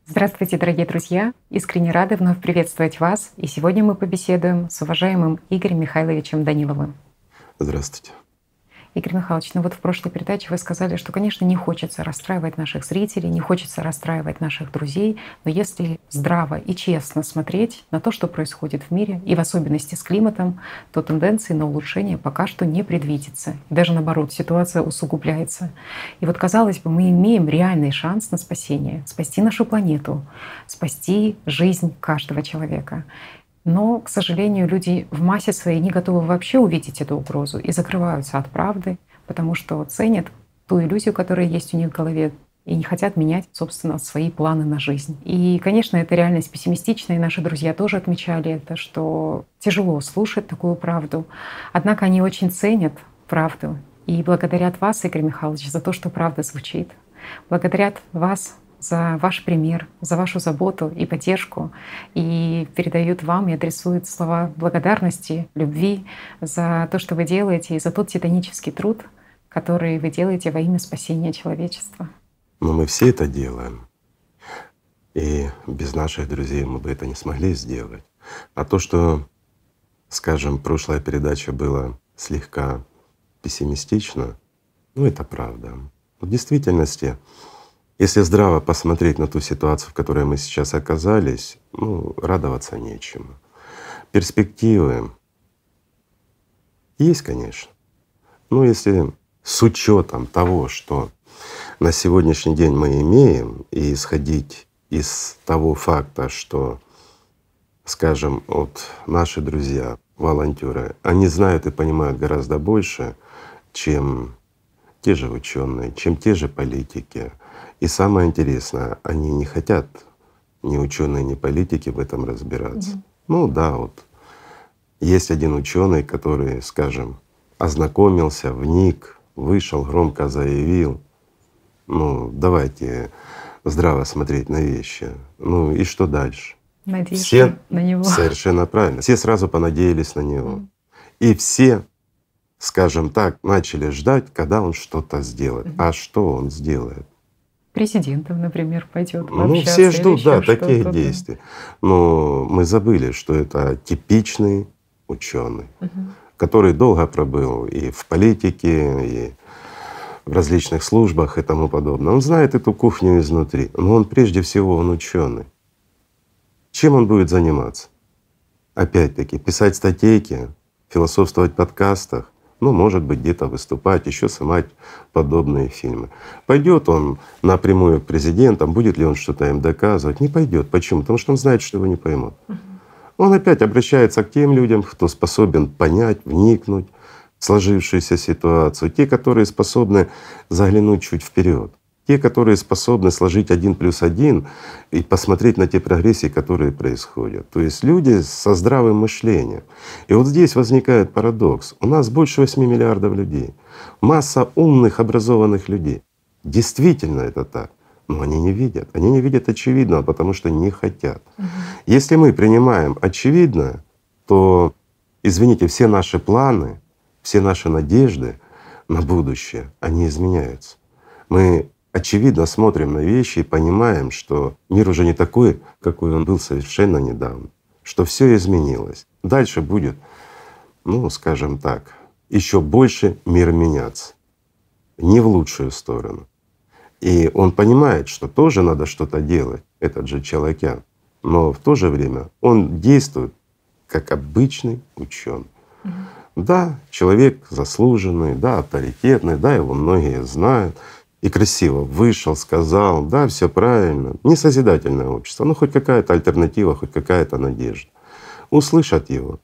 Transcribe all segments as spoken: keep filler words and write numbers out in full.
Здравствуйте, дорогие друзья! Искренне рады вновь приветствовать вас. И сегодня мы побеседуем с уважаемым Игорем Михайловичем Даниловым. Здравствуйте. Игорь Михайлович, ну вот в прошлой передаче вы сказали, что, конечно, не хочется расстраивать наших зрителей, не хочется расстраивать наших друзей, но если здраво и честно смотреть на то, что происходит в мире, и в особенности с климатом, то тенденции на улучшение пока что не предвидится. И даже наоборот, ситуация усугубляется. И вот, казалось бы, мы имеем реальный шанс на спасение, спасти нашу планету, спасти жизнь каждого человека. Но, к сожалению, люди в массе своей не готовы вообще увидеть эту угрозу и закрываются от правды, потому что ценят ту иллюзию, которая есть у них в голове, и не хотят менять, собственно, свои планы на жизнь. И, конечно, это реальность пессимистичная, и наши друзья тоже отмечали это, что тяжело слушать такую правду. Однако они очень ценят правду и благодарят вас, Игорь Михайлович, за то, что правда звучит. Благодарят вас за ваш пример, за вашу заботу и поддержку, и передают вам и адресуют слова благодарности, любви за то, что вы делаете, и за тот титанический труд, который вы делаете во имя спасения человечества. Но мы все это делаем, и без наших друзей мы бы это не смогли сделать. А то, что, скажем, прошлая передача была слегка пессимистична, ну это правда. В действительности, если здраво посмотреть на ту ситуацию, в которой мы сейчас оказались, ну, радоваться нечему. Перспективы есть, конечно. Но если с учетом того, что на сегодняшний день мы имеем, и исходить из того факта, что, скажем, вот наши друзья, волонтеры, они знают и понимают гораздо больше, чем те же ученые, чем те же политики. И самое интересное, они не хотят, ни ученые, ни политики в этом разбираться. Mm-hmm. Ну да, вот есть один ученый, который, скажем, ознакомился, вник, вышел, громко заявил. Ну, давайте здраво смотреть на вещи. Ну и что дальше? Надеюсь все на него. Совершенно правильно. Все сразу понадеялись на него. Mm-hmm. И все, скажем так, начали ждать, когда он что-то сделает. Mm-hmm. А что он сделает? Президентом, например, пойдет Ну, все ждут, да, таких действий. Но мы забыли, что это типичный ученый, угу. который долго пробыл и в политике, и в различных службах и тому подобное. Он знает эту кухню изнутри, но он прежде всего он ученый. Чем он будет заниматься? Опять-таки писать статейки, философствовать в подкастах, ну, может быть, где-то выступать, еще снимать подобные фильмы. Пойдет он напрямую к президентам, будет ли он что-то им доказывать? Не пойдет. Почему? Потому что он знает, что его не поймут. Uh-huh. Он опять обращается к тем людям, кто способен понять, вникнуть в сложившуюся ситуацию, те, которые способны заглянуть чуть вперед, те, которые способны сложить один плюс один и посмотреть на те прогрессии, которые происходят. То есть люди со здравым мышлением. И вот здесь возникает парадокс. У нас больше восьми миллиардов людей, масса умных, образованных людей. Действительно это так. Но они не видят. Они не видят очевидного, потому что не хотят. Угу. Если мы принимаем очевидное, то, извините, все наши планы, все наши надежды на будущее, они изменяются. Мы очевидно смотрим на вещи и понимаем, что мир уже не такой, какой он был совершенно недавно, что все изменилось. Дальше будет, ну, скажем так, еще больше мир меняться, не в лучшую сторону. И он понимает, что тоже надо что-то делать, этот же Чалакян, но в то же время он действует как обычный ученый. Mm-hmm. Да, человек заслуженный, да, авторитетный, да, его многие знают. И красиво вышел, сказал, да, все правильно. Не созидательное общество, но хоть какая-то альтернатива, хоть какая-то надежда. Услышат его.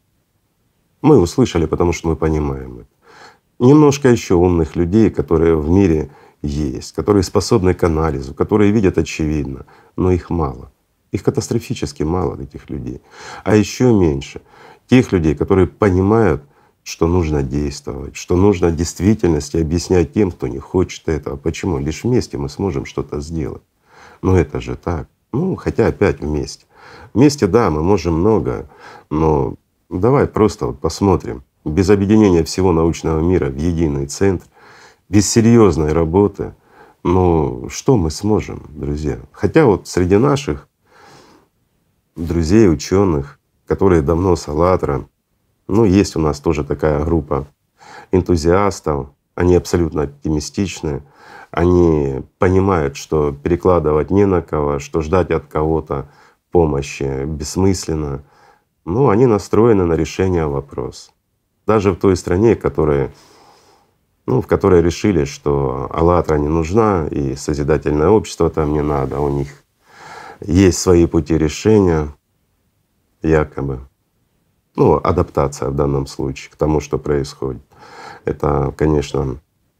Мы услышали, потому что мы понимаем это. Немножко еще умных людей, которые в мире есть, которые способны к анализу, которые видят очевидно, но их мало. Их катастрофически мало, этих людей. А еще меньше тех людей, которые понимают, что нужно действовать, что нужно в действительности объяснять тем, кто не хочет этого. Почему? Лишь вместе мы сможем что-то сделать. Но это же так. Ну, хотя опять вместе. Вместе, да, мы можем много, но давай просто вот посмотрим. Без объединения всего научного мира в единый центр, без серьезной работы Ну, что мы сможем, друзья? Хотя вот среди наших друзей, ученых, которые давно с «АЛЛАТРА», ну, есть у нас тоже такая группа энтузиастов, они абсолютно оптимистичны, они понимают, что перекладывать не на кого, что ждать от кого-то помощи бессмысленно. Ну, они настроены на решение вопроса. Даже в той стране, которая, ну, в которой решили, что «АЛЛАТРА» не нужна и созидательное общество там не надо, у них есть свои пути решения, якобы. Ну, адаптация в данном случае к тому, что происходит. Это, конечно,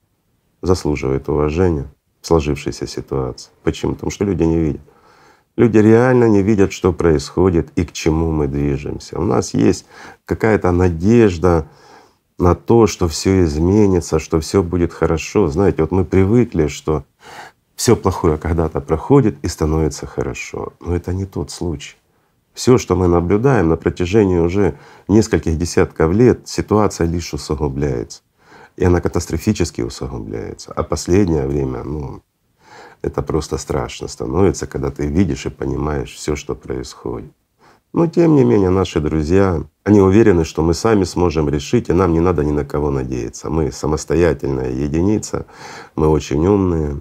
заслуживает уважения в сложившейся ситуации. Почему? Потому что люди не видят. Люди реально не видят, что происходит и к чему мы движемся. У нас есть какая-то надежда на то, что все изменится, что все будет хорошо. Знаете, вот мы привыкли, что все плохое когда-то проходит и становится хорошо. Но это не тот случай. Все, что мы наблюдаем на протяжении уже нескольких десятков лет, ситуация лишь усугубляется. И она катастрофически усугубляется. А последнее время, ну, это просто страшно становится, когда ты видишь и понимаешь все, что происходит. Но тем не менее наши друзья, они уверены, что мы сами сможем решить, и нам не надо ни на кого надеяться. Мы самостоятельная единица, мы очень умные.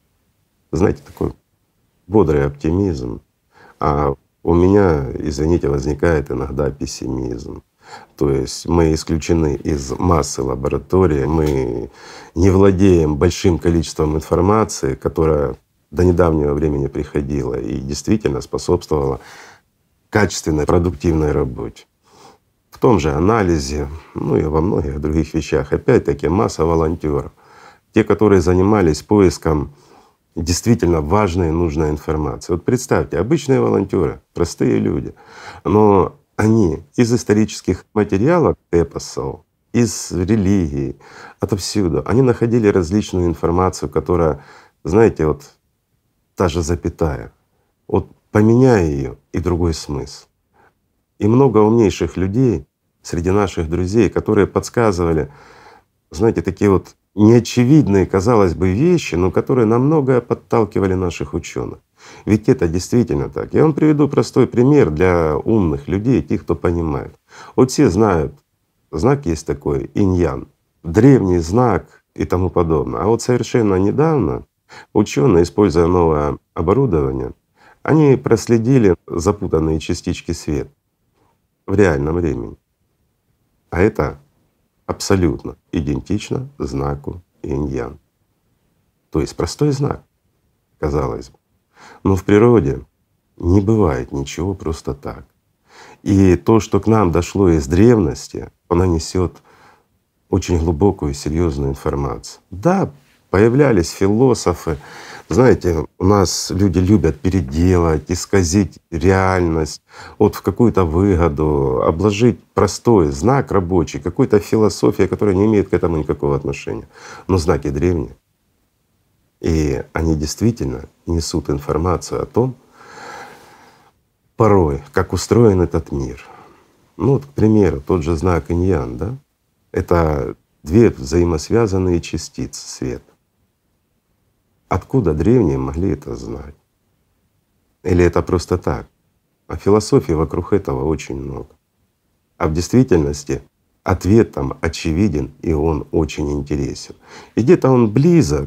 Знаете, такой бодрый оптимизм. А у меня, извините, возникает иногда пессимизм. То есть мы исключены из массы лабораторий, мы не владеем большим количеством информации, которая до недавнего времени приходила и действительно способствовала качественной, продуктивной работе. В том же анализе, ну и во многих других вещах. Опять-таки масса волонтеров, те, которые занимались поиском действительно важной и нужной информации. Вот представьте, обычные волонтеры, простые люди, но они из исторических материалов, эпосов, из религии, отовсюду, они находили различную информацию, которая, знаете, вот та же запятая, вот поменяй ее и другой смысл. И много умнейших людей среди наших друзей, которые подсказывали, знаете, такие вот неочевидные, казалось бы, вещи, но которые на многое подталкивали наших ученых. Ведь это действительно так. Я вам приведу простой пример для умных людей, тех, кто понимает. Вот все знают, знак есть такой инь-ян, древний знак и тому подобное. А вот совершенно недавно ученые, используя новое оборудование, они проследили запутанные частички света в реальном времени. А это абсолютно идентично знаку инь-ян. То есть простой знак, казалось бы. Но в природе не бывает ничего просто так. И то, что к нам дошло из древности, оно несет очень глубокую и серьезную информацию. Да, появлялись философы. Знаете, у нас люди любят переделать, исказить реальность, вот в какую-то выгоду, обложить простой знак рабочий, какой-то философия, которая не имеет к этому никакого отношения. Но знаки древние. И они действительно несут информацию о том, порой, как устроен этот мир. Ну вот, к примеру, тот же знак инь-ян, да? Это две взаимосвязанные частицы света. Откуда древние могли это знать? Или это просто так? А философии вокруг этого очень много. А в действительности ответ там очевиден, и он очень интересен. И где-то он близок,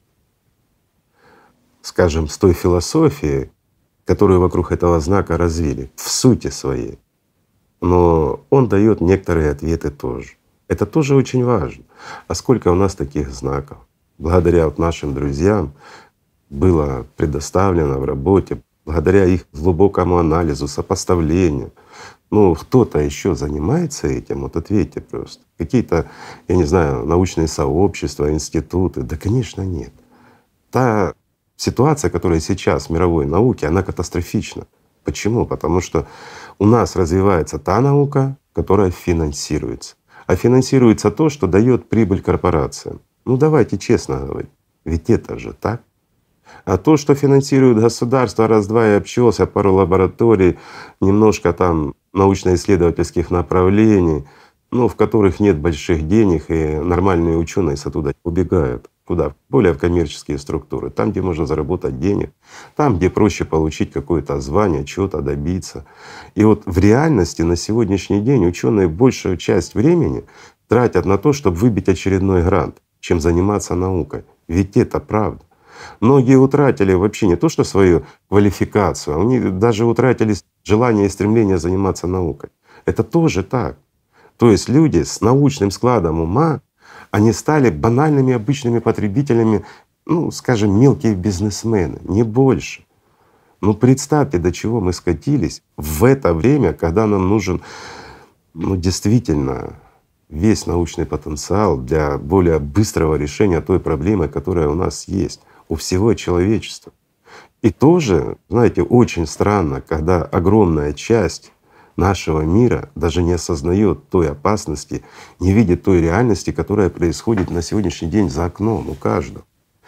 скажем, с той философией, которую вокруг этого знака развили в сути своей. Но он дает некоторые ответы тоже. Это тоже очень важно. А сколько у нас таких знаков? Благодаря вот нашим друзьям было предоставлено в работе, благодаря их глубокому анализу, сопоставлению. Ну, кто-то еще занимается этим? Вот ответьте просто. Какие-то, я не знаю, научные сообщества, институты? Да, конечно, нет. Та ситуация, которая сейчас в мировой науке, она катастрофична. Почему? Потому что у нас развивается та наука, которая финансируется. А финансируется то, что дает прибыль корпорациям. Ну давайте честно говорить, ведь это же так. А то, что финансирует государство, раз-два и обчелся, пару лабораторий, немножко там научно-исследовательских направлений, ну, в которых нет больших денег, и нормальные ученые оттуда убегают. Куда? Более в коммерческие структуры, там, где можно заработать денег, там, где проще получить какое-то звание, чего-то добиться. И вот в реальности на сегодняшний день ученые большую часть времени тратят на то, чтобы выбить очередной грант, чем заниматься наукой. Ведь это правда. Многие утратили вообще не то что свою квалификацию, а они даже утратили желание и стремление заниматься наукой. Это тоже так. То есть люди с научным складом ума, они стали банальными обычными потребителями, ну, скажем, мелкие бизнесмены, не больше. Ну представьте, до чего мы скатились в это время, когда нам нужен, ну, действительно весь научный потенциал для более быстрого решения той проблемы, которая у нас есть, у всего человечества. И тоже, знаете, очень странно, когда огромная часть нашего мира даже не осознает той опасности, не видит той реальности, которая происходит на сегодняшний день за окном у каждого.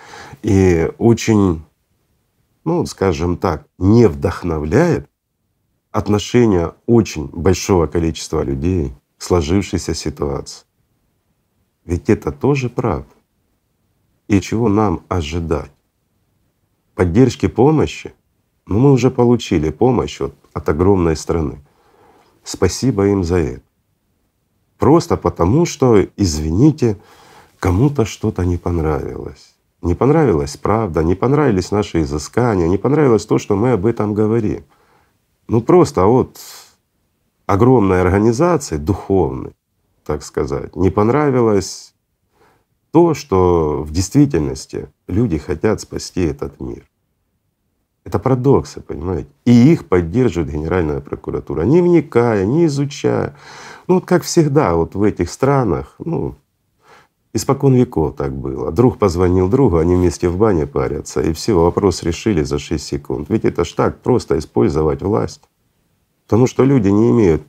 И очень, ну, скажем так, не вдохновляет отношение очень большого количества людей к сложившейся ситуации. Ведь это тоже правда. И чего нам ожидать? Поддержки, помощи? Ну, мы уже получили помощь от, от огромной страны. Спасибо им за это. Просто потому, что, извините, кому-то что-то не понравилось. Не понравилась правда, не понравились наши изыскания, не понравилось то, что мы об этом говорим. Ну просто вот огромной организации, духовной, так сказать, не понравилось то, что в действительности люди хотят спасти этот мир. Это парадоксы, понимаете? И их поддерживает Генеральная прокуратура, не вникая, не изучая. Ну вот как всегда вот в этих странах, ну испокон веков так было. Друг позвонил другу, они вместе в бане парятся, и все, вопрос решили за шесть секунд. Ведь это ж так просто использовать власть. Потому что люди не имеют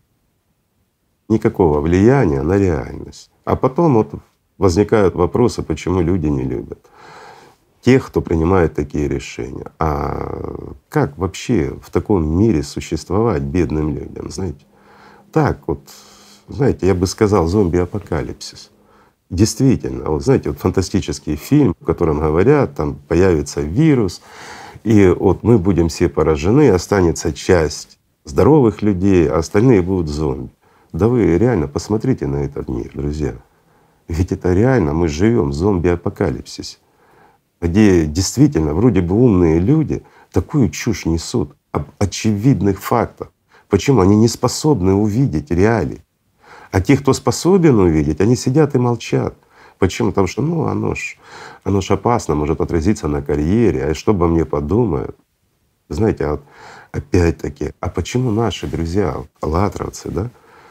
никакого влияния на реальность. А потом вот возникают вопросы, почему люди не любят тех, кто принимает такие решения. А как вообще в таком мире существовать бедным людям, знаете? Так вот, знаете, я бы сказал, зомби-апокалипсис. Действительно, вот знаете, вот фантастический фильм, в котором говорят, там появится вирус, и вот мы будем все поражены, останется часть здоровых людей, а остальные будут зомби. Да вы реально посмотрите на этот мир, друзья. Ведь это реально, мы живем в зомби-апокалипсисе, где действительно вроде бы умные люди такую чушь несут об очевидных фактах. Почему? Они не способны увидеть реалии. А те, кто способен увидеть, они сидят и молчат. Почему? Потому что ну оно ж, оно ж опасно, может отразиться на карьере, а что обо мне подумают. Знаете, а вот опять-таки, а почему наши друзья, аллатровцы, да,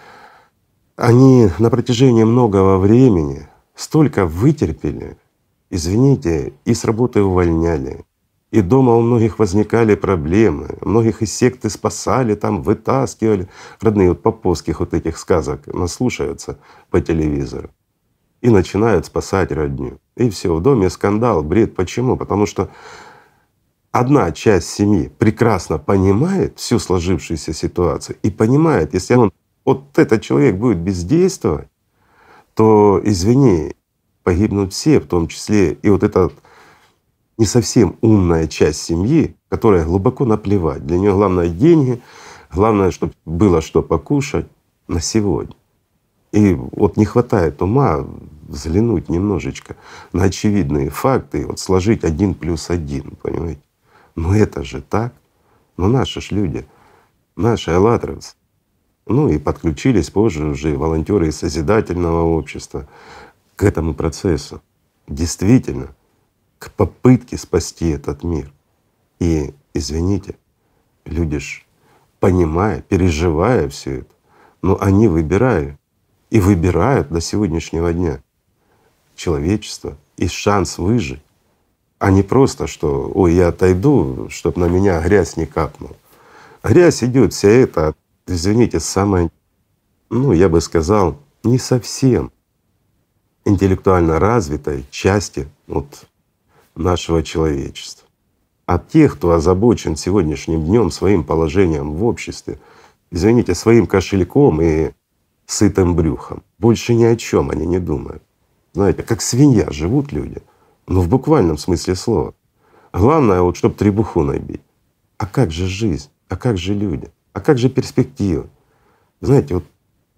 они на протяжении многого времени столько вытерпели, извините, и с работы увольняли, и дома у многих возникали проблемы, многих из секты спасали, там вытаскивали. Родные вот поповских вот этих сказок наслушаются по телевизору и начинают спасать родню. И все, в доме скандал, бред. Почему? Потому что одна часть семьи прекрасно понимает всю сложившуюся ситуацию и понимает, если он, вот этот человек будет бездействовать, то, извини, погибнут все, в том числе и вот эта не совсем умная часть семьи, которая глубоко наплевать. Для нее главное деньги, главное, чтобы было что покушать на сегодня. И вот не хватает ума взглянуть немножечко на очевидные факты и вот сложить один плюс один, понимаете? Но это же так. Но наши ж люди, наши аллатровцы. Ну и подключились позже уже волонтеры из созидательного общества к этому процессу. Действительно, к попытке спасти этот мир. И, извините, люди ж, понимая, переживая все это, но они выбирали и выбирают до сегодняшнего дня человечество и шанс выжить, а не просто, что ой, я отойду, чтобы на меня грязь не капнула. Грязь идет вся эта, извините, самая, ну я бы сказал, не совсем интеллектуально развитой части вот нашего человечества. А тех, кто озабочен сегодняшним днем своим положением в обществе, извините, своим кошельком и сытым брюхом, больше ни о чем они не думают. Знаете, как свинья живут люди, Ну, в буквальном смысле слова. Главное, вот чтобы требуху набить. А как же жизнь? А как же люди? А как же перспективы? Знаете, вот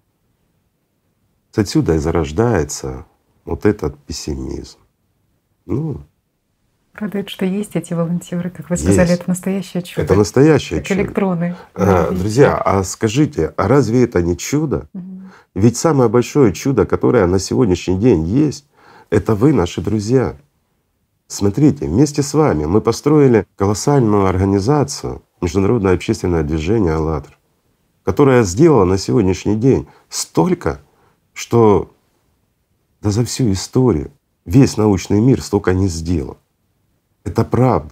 отсюда и зарождается вот этот пессимизм. Ну, радует, что есть эти волонтеры, как вы сказали, есть. это настоящее чудо. Это настоящее как чудо. электроны. А, друзья, а скажите, а разве это не чудо? Угу. Ведь самое большое чудо, которое на сегодняшний день есть, это вы, наши друзья. Смотрите, вместе с вами мы построили колоссальную организацию, международное общественное движение «АЛЛАТРА», которое сделало на сегодняшний день столько, что да за всю историю весь научный мир столько не сделал. Это правда.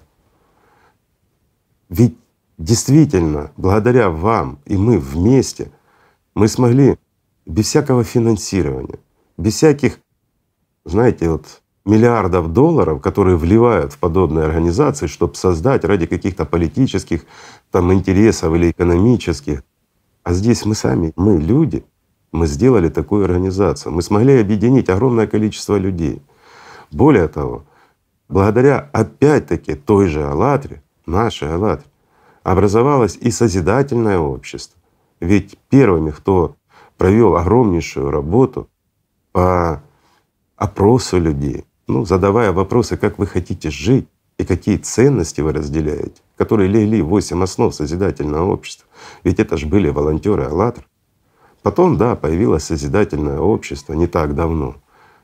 Ведь действительно, благодаря вам и мы вместе, мы смогли без всякого финансирования, без всяких, знаете, вот миллиардов долларов, которые вливают в подобные организации, чтобы создать ради каких-то политических там интересов или экономических. А здесь мы сами, мы люди, мы сделали такую организацию. Мы смогли объединить огромное количество людей. Более того, благодаря опять-таки той же «АЛЛАТРе», нашей «АЛЛАТРе», образовалось и созидательное общество. Ведь первыми, кто провел огромнейшую работу по опросу людей, ну, задавая вопросы, как вы хотите жить и какие ценности вы разделяете, которые легли в восемь основ созидательного общества. Ведь это же были волонтеры «АЛЛАТРА». Потом, да, появилось созидательное общество не так давно.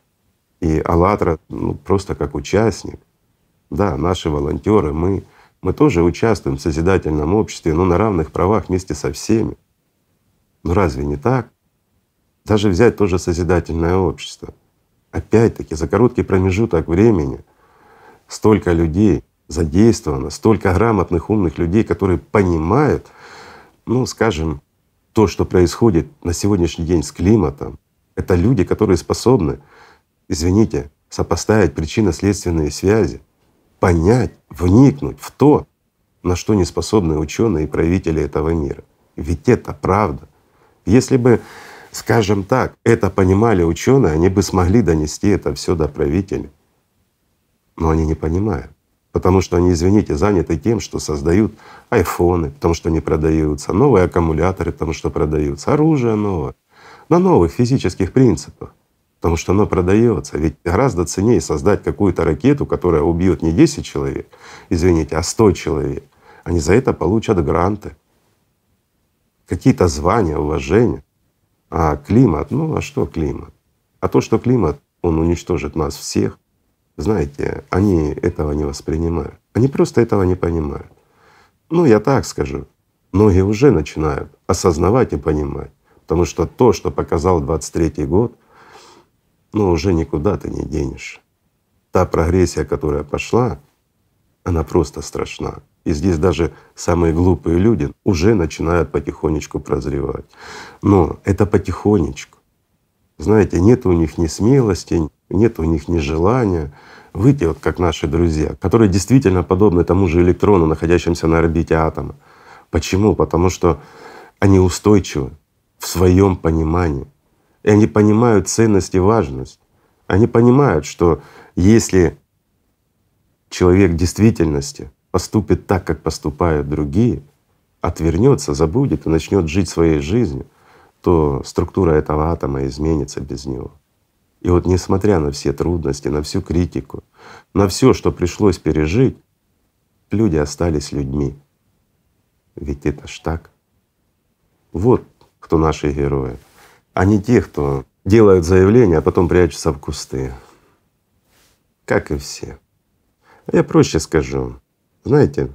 И «АЛЛАТРА» ну, просто как участник. Да, наши волонтеры, мы, мы тоже участвуем в созидательном обществе, но на равных правах вместе со всеми. Ну разве не так? Даже взять тоже созидательное общество. Опять-таки за короткий промежуток времени столько людей задействовано, столько грамотных, умных людей, которые понимают, ну скажем, то, что происходит на сегодняшний день с климатом. Это люди, которые способны, извините, сопоставить причинно-следственные связи, понять, вникнуть в то, на что не способны ученые и правители этого мира. Ведь это правда. Если бы, скажем так, это понимали ученые, они бы смогли донести это все до правителей. Но они не понимают. Потому что они, извините, заняты тем, что создают айфоны, потому что они продаются, новые аккумуляторы, потому что продаются, оружие новое, на новых физических принципах, потому что оно продается. Ведь гораздо ценнее создать какую-то ракету, которая убьет не десять человек, извините, а сто человек. Они за это получат гранты, какие-то звания, уважения. А климат, ну а что климат? А то, что климат, он уничтожит нас всех, знаете, они этого не воспринимают. Они просто этого не понимают. Ну, я так скажу, многие уже начинают осознавать и понимать, потому что то, что показал двадцать третий год, ну уже никуда ты не денешь. Та прогрессия, которая пошла, она просто страшна. И здесь даже самые глупые люди уже начинают потихонечку прозревать. Но это потихонечку. Знаете, нет у них ни смелости, нет у них ни желания выйти, вот как наши друзья, которые действительно подобны тому же электрону, находящемуся на орбите атома. Почему? Потому что они устойчивы в своем понимании. И они понимают ценность и важность. Они понимают, что если человек в действительности поступит так, как поступают другие, отвернется, забудет и начнет жить своей жизнью, то структура этого атома изменится без него. И вот несмотря на все трудности, на всю критику, на все, что пришлось пережить, люди остались людьми. Ведь это ж так. Вот кто наши герои, а не те, кто делают заявления, а потом прячутся в кусты. Как и все. Я проще скажу. Знаете,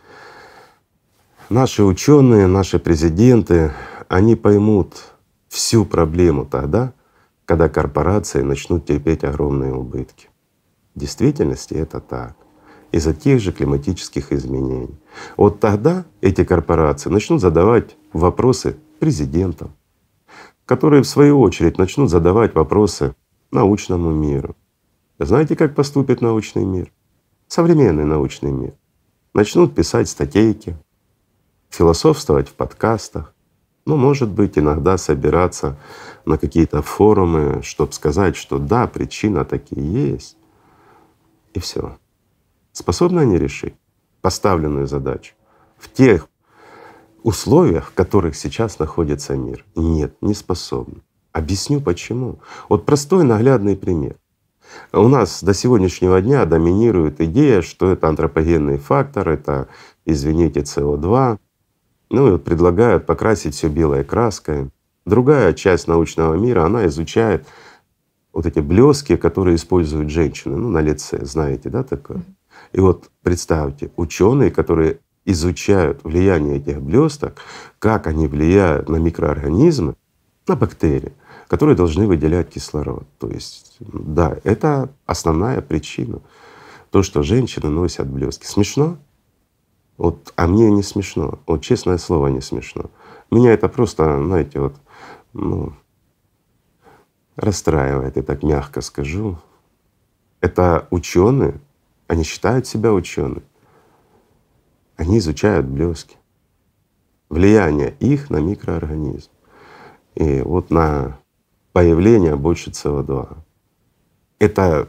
наши ученые, наши президенты, они поймут всю проблему тогда, когда корпорации начнут терпеть огромные убытки. В действительности это так. Из-за тех же климатических изменений. Вот тогда эти корпорации начнут задавать вопросы президентам, которые в свою очередь начнут задавать вопросы научному миру. Знаете, как поступит научный мир? Современный научный мир. Начнут писать статейки, философствовать в подкастах, ну, может быть, иногда собираться на какие-то форумы, чтобы сказать, что да, причина таки есть. И все. Способны они решить поставленную задачу в тех условиях, в которых сейчас находится мир? Нет, не способны. Объясню почему. Вот простой наглядный пример. У нас до сегодняшнего дня доминирует идея, что это антропогенный фактор, это, извините, С О два. Ну и вот предлагают покрасить все белой краской. Другая часть научного мира, она изучает вот эти блески, которые используют женщины, ну на лице, знаете, да, такое? И вот представьте, ученые, которые изучают влияние этих блесток, как они влияют на микроорганизмы, на бактерии, которые должны выделять кислород. То есть, да, это основная причина. То, что женщины носят блески. Смешно? Вот, а мне не смешно. Вот честное слово, не смешно. Меня это просто, знаете, вот, ну, расстраивает, я так мягко скажу. Это ученые, они считают себя учеными. Они изучают блески, влияние их на микроорганизм. И вот на появление больше С О два. Это,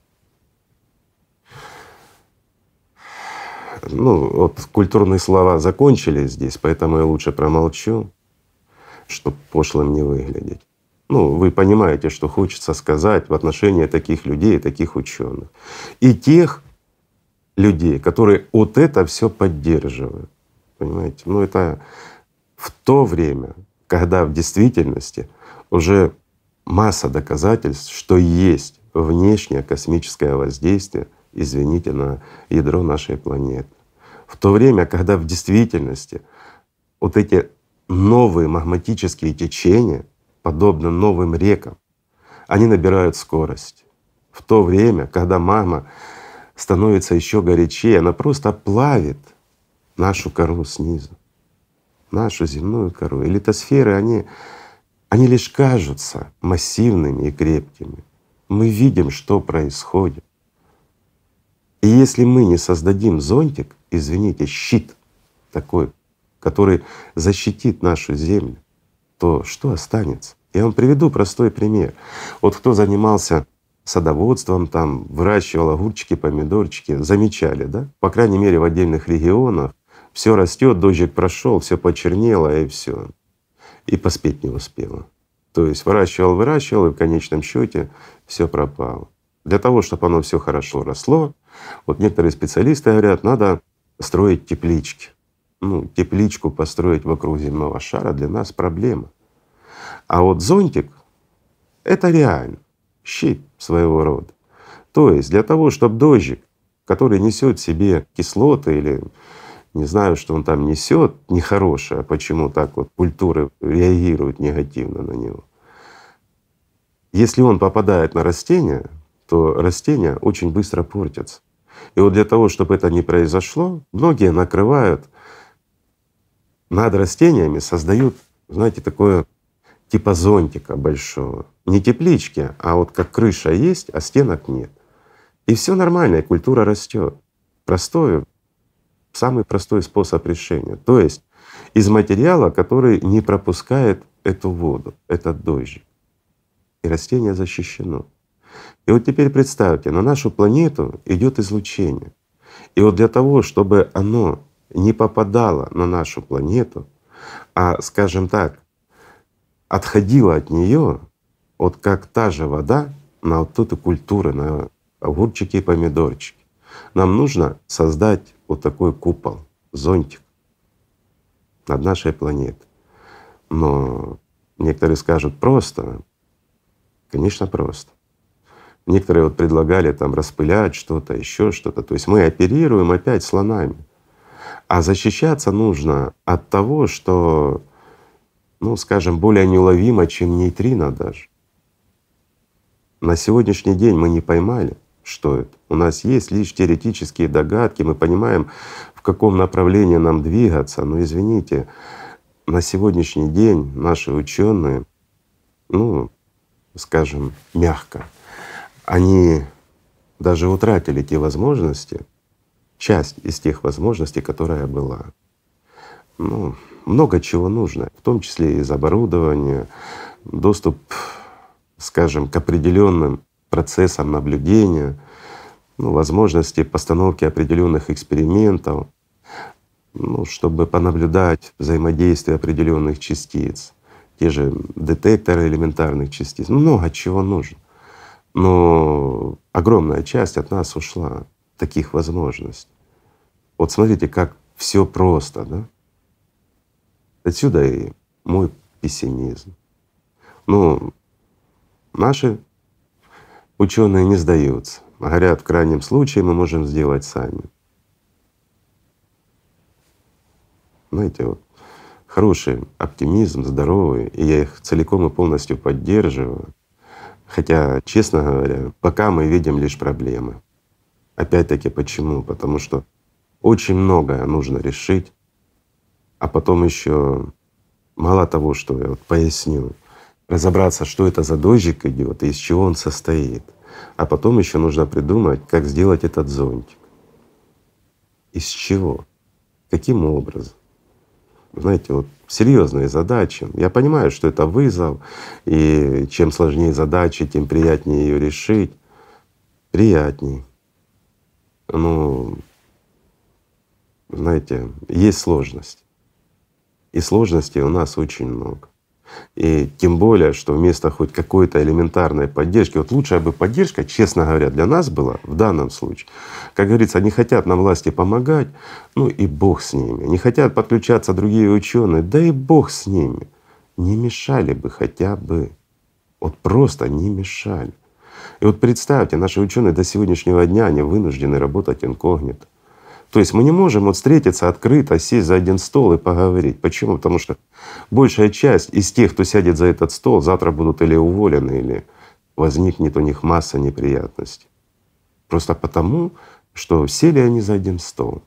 ну вот культурные слова закончились здесь, поэтому я лучше промолчу, чтобы пошлым не выглядеть. Ну, вы понимаете, что хочется сказать в отношении таких людей, таких ученых. И тех людей, которые вот это все поддерживают. Понимаете? Ну это в то время, когда в действительности уже масса доказательств, что есть внешнее космическое воздействие, извините, на ядро нашей планеты. В то время, когда в действительности вот эти новые магматические течения, подобно новым рекам, они набирают скорость. В то время, когда магма становится еще горячее, она просто плавит нашу кору снизу, нашу земную кору. И литосферы, они, они лишь кажутся массивными и крепкими. Мы видим, что происходит. И если мы не создадим зонтик, извините, щит такой, который защитит нашу Землю, то что останется? Я вам приведу простой пример. Вот кто занимался садоводством, там выращивал огурчики, помидорчики, замечали, да? По крайней мере в отдельных регионах все растет, дождик прошел, все почернело и все, и поспеть не успело. То есть выращивал, выращивал, и в конечном счете все пропало. Для того, чтобы оно все хорошо росло, вот некоторые специалисты говорят, надо строить теплички. Ну, тепличку построить вокруг земного шара для нас проблема. А вот зонтик — это реально щит своего рода. То есть для того, чтобы дождик, который несет в себе кислоты или не знаю, что он там несет нехорошее, почему так вот культуры реагируют негативно на него. Если он попадает на растение, то растения очень быстро портятся. И вот для того, чтобы это не произошло, многие накрывают над растениями, создают, знаете, такое типа зонтика большого. Не теплички, а вот как крыша есть, а стенок нет. И все нормально, и культура растет. Простой, самый простой способ решения. То есть из материала, который не пропускает эту воду, этот дождик. И растение защищено. И вот теперь представьте, на нашу планету идет излучение. И вот для того, чтобы оно не попадало на нашу планету, а, скажем так, отходило от нее, вот как та же вода на вот эту культуру, на огурчики и помидорчики, нам нужно создать вот такой купол, зонтик над нашей планетой. Но некоторые скажут просто. Конечно, просто. Некоторые вот предлагали там распылять что-то, еще что-то. То есть мы оперируем опять слонами. А защищаться нужно от того, что, ну скажем, более неуловимо, чем нейтрино даже. На сегодняшний день мы не поймали, что это. У нас есть лишь теоретические догадки, мы понимаем, в каком направлении нам двигаться. Но извините, на сегодняшний день наши ученые, ну, скажем, мягко, они даже утратили те возможности, часть из тех возможностей, которая была. Ну, много чего нужно, в том числе из оборудования, доступ, скажем, к определенным процессам наблюдения. ну, возможности постановки определенных экспериментов, ну, чтобы понаблюдать взаимодействие определенных частиц, те же детекторы элементарных частиц, ну, много чего нужно. Но огромная часть от нас ушла, таких возможностей. Вот смотрите, как все просто, да? Отсюда и мой пессимизм. Ну, наши ученые не сдаются. Говорят, в крайнем случае мы можем сделать сами. Знаете, вот хороший оптимизм, здоровый, и я их целиком и полностью поддерживаю. Хотя, честно говоря, пока мы видим лишь проблемы. Опять-таки почему? Потому что очень многое нужно решить, а потом еще мало того, что я вот поясню, разобраться, что это за дождик идет и из чего он состоит. А потом еще нужно придумать, как сделать этот зонтик. Из чего? Каким образом? Знаете, вот серьезные задачи. Я понимаю, что это вызов, и чем сложнее задача, тем приятнее ее решить. Приятней. Ну, знаете, есть сложность. И сложностей у нас очень много. И тем более, что вместо хоть какой-то элементарной поддержки, вот лучшая бы поддержка, честно говоря, для нас была в данном случае. Как говорится, не хотят нам власти помогать, ну и Бог с ними. Не хотят подключаться другие ученые, да и Бог с ними. Не мешали бы хотя бы, вот просто не мешали. И вот представьте, наши ученые до сегодняшнего дня, они вынуждены работать инкогнито. То есть мы не можем вот встретиться открыто, сесть за один стол и поговорить. Почему? Потому что большая часть из тех, кто сядет за этот стол, завтра будут или уволены, или возникнет у них масса неприятностей. Просто потому, что сели они за один стол.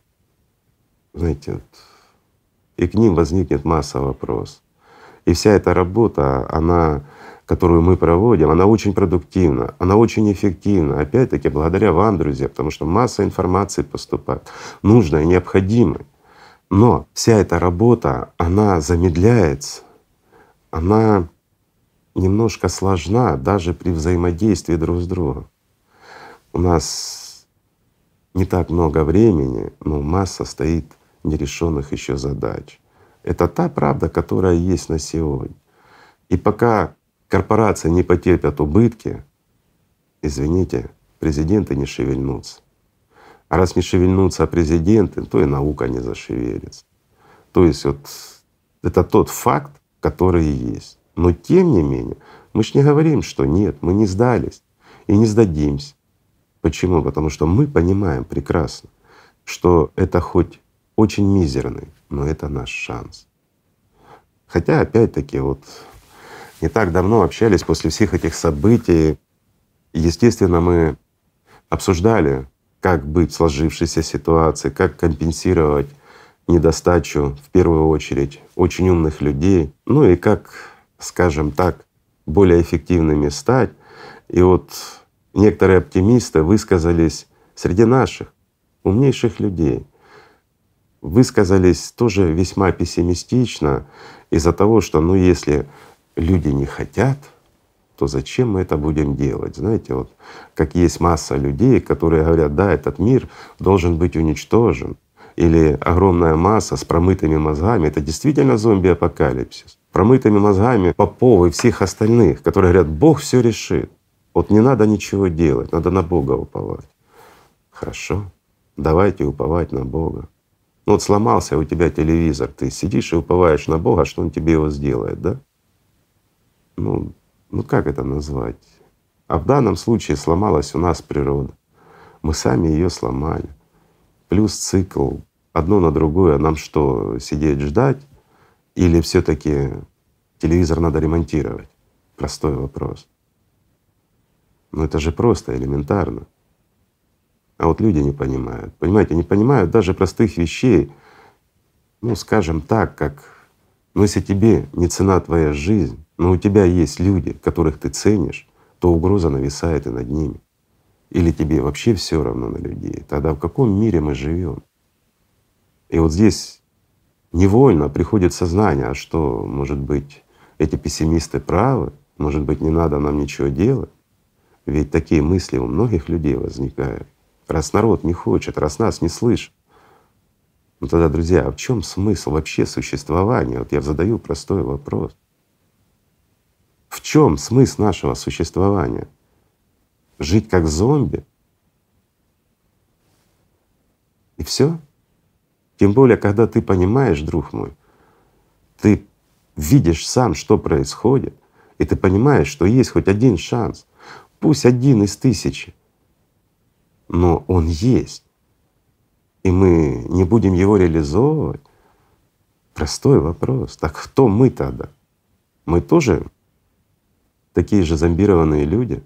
Знаете, вот, и к ним возникнет масса вопросов. И вся эта работа, она, которую мы проводим, она очень продуктивна, она очень эффективна. Опять-таки благодаря вам, друзья, потому что масса информации поступает, нужной, необходимой. Но вся эта работа, она замедляется, она немножко сложна даже при взаимодействии друг с другом. У нас не так много времени, но масса стоит нерешенных еще задач. Это та правда, которая есть на сегодня. И пока корпорации не потерпят убытки, извините, президенты не шевельнутся. А раз не шевельнутся президенты, то и наука не зашевелится. То есть вот это тот факт, который есть. Но тем не менее, мы ж не говорим, что нет, мы не сдались и не сдадимся. Почему? Потому что мы понимаем прекрасно, что это хоть очень мизерный, но это наш шанс. Хотя опять-таки вот не так давно общались после всех этих событий. Естественно, мы обсуждали, как быть в сложившейся ситуации, как компенсировать недостачу, в первую очередь, очень умных людей, ну и как, скажем так, более эффективными стать. И вот некоторые оптимисты высказались среди наших умнейших людей, высказались тоже весьма пессимистично из-за того, что ну если люди не хотят, то зачем мы это будем делать? Знаете, вот как есть масса людей, которые говорят, да, этот мир должен быть уничтожен, или огромная масса с промытыми мозгами — это действительно зомби-апокалипсис. Промытыми мозгами попов и всех остальных, которые говорят, Бог все решит. Вот не надо ничего делать, надо на Бога уповать. Хорошо, давайте уповать на Бога. Ну вот сломался у тебя телевизор, ты сидишь и уповаешь на Бога, что Он тебе его сделает, да? Ну, ну как это назвать? А в данном случае сломалась у нас природа. Мы сами ее сломали. Плюс цикл одно на другое. Нам что, сидеть ждать? Или все-таки телевизор надо ремонтировать? Простой вопрос. Ну это же просто, элементарно. А вот люди не понимают. Понимаете, не понимают даже простых вещей, ну скажем так, как ну если тебе не цена твоя жизнь, но у тебя есть люди, которых ты ценишь, то угроза нависает и над ними. Или тебе вообще все равно на людей. Тогда в каком мире мы живем? И вот здесь невольно приходит сознание, а что, может быть, эти пессимисты правы, может быть, не надо нам ничего делать? Ведь такие мысли у многих людей возникают. раз народ не хочет, раз нас не слышит. Ну тогда, друзья, а в чем смысл вообще существования? Вот я задаю простой вопрос. В чем смысл нашего существования? Жить как зомби? И все? Тем более, когда ты понимаешь, друг мой, ты видишь сам, что происходит, и ты понимаешь, что есть хоть один шанс, пусть один из тысячи, но он есть, и мы не будем его реализовывать. Простой вопрос. Так кто мы тогда? Мы тоже такие же зомбированные люди?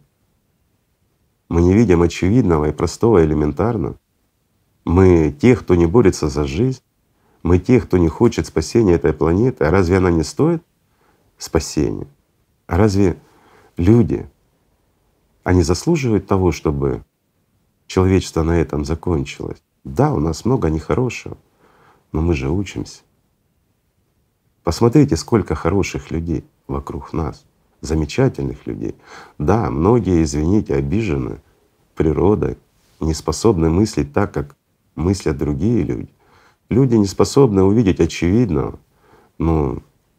Мы не видим очевидного и простого, элементарного. Мы те, кто не борется за жизнь, мы те, кто не хочет спасения этой планеты. А разве она не стоит спасения? А разве люди, они заслуживают того, чтобы человечество на этом закончилось? Да, у нас много нехорошего, но мы же учимся. Посмотрите, сколько хороших людей вокруг нас, замечательных людей. Да, многие, извините, обижены природой, не способны мыслить так, как мыслят другие люди. Люди не способны увидеть очевидного, но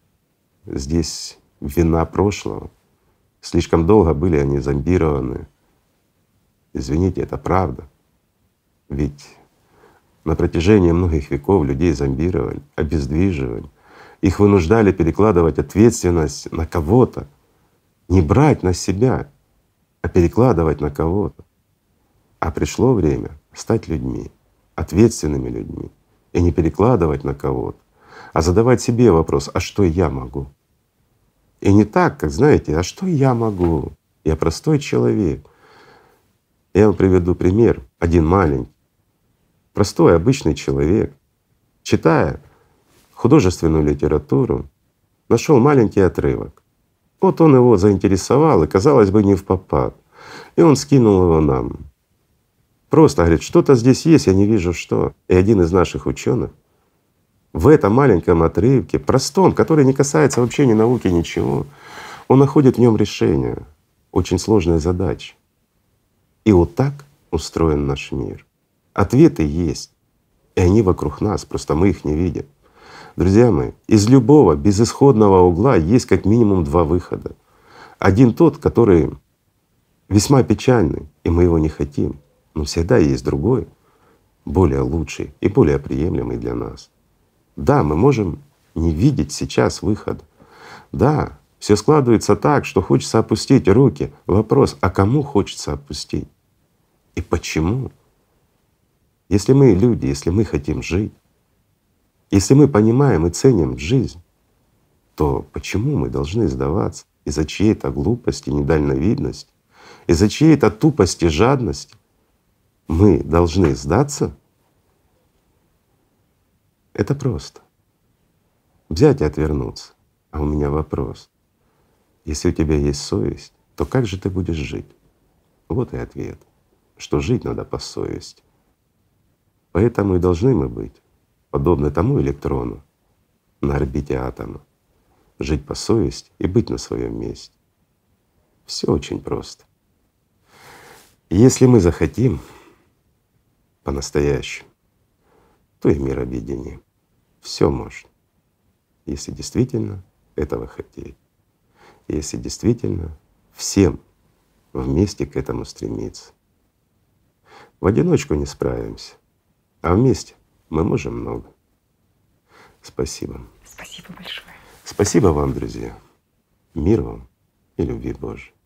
здесь вина прошлого. Слишком долго были они зомбированы. Извините, это правда. Ведь на протяжении многих веков людей зомбировали, обездвиживали. Их вынуждали перекладывать ответственность на кого-то, не брать на себя, а перекладывать на кого-то. А пришло время стать людьми, ответственными людьми, и не перекладывать на кого-то, а задавать себе вопрос: а что я могу? И не так, как знаете, а что я могу? Я простой человек. Я вам приведу пример, один маленький. Простой, обычный человек, читая художественную литературу, нашел маленький отрывок. Вот он его заинтересовал, и, казалось бы, не впопад. И он скинул его нам. Просто говорит: что-то здесь есть, я не вижу что. И один из наших ученых в этом маленьком отрывке, простом, который не касается вообще ни науки, ничего, он находит в нем решение очень сложной задачи. И вот так устроен наш мир. Ответы есть, и они вокруг нас, просто мы их не видим. Друзья мои, из любого безысходного угла есть как минимум два выхода. Один тот, который весьма печальный, и мы его не хотим, но всегда есть другой, более лучший и более приемлемый для нас. Да, мы можем не видеть сейчас выхода. Да, все складывается так, что хочется опустить руки. Вопрос: а кому хочется опустить? И почему? Если мы люди, если мы хотим жить, если мы понимаем и ценим жизнь, то почему мы должны сдаваться из-за чьей-то глупости, недальновидности, из-за чьей-то тупости, жадности? Мы должны сдаться? Это просто. Взять и отвернуться. А у меня вопрос. Если у тебя есть совесть, то как же ты будешь жить? Вот и ответ, что жить надо по совести. Поэтому и должны мы быть подобны тому электрону на орбите атома, жить по совести и быть на своем месте. Все очень просто. Если мы захотим по-настоящему, то и мир объединим. Все можно, если действительно этого хотеть, если действительно всем вместе к этому стремиться. В одиночку не справимся, а вместе мы можем много. Спасибо. Спасибо большое. Спасибо вам, друзья. Мир вам и любви Божией.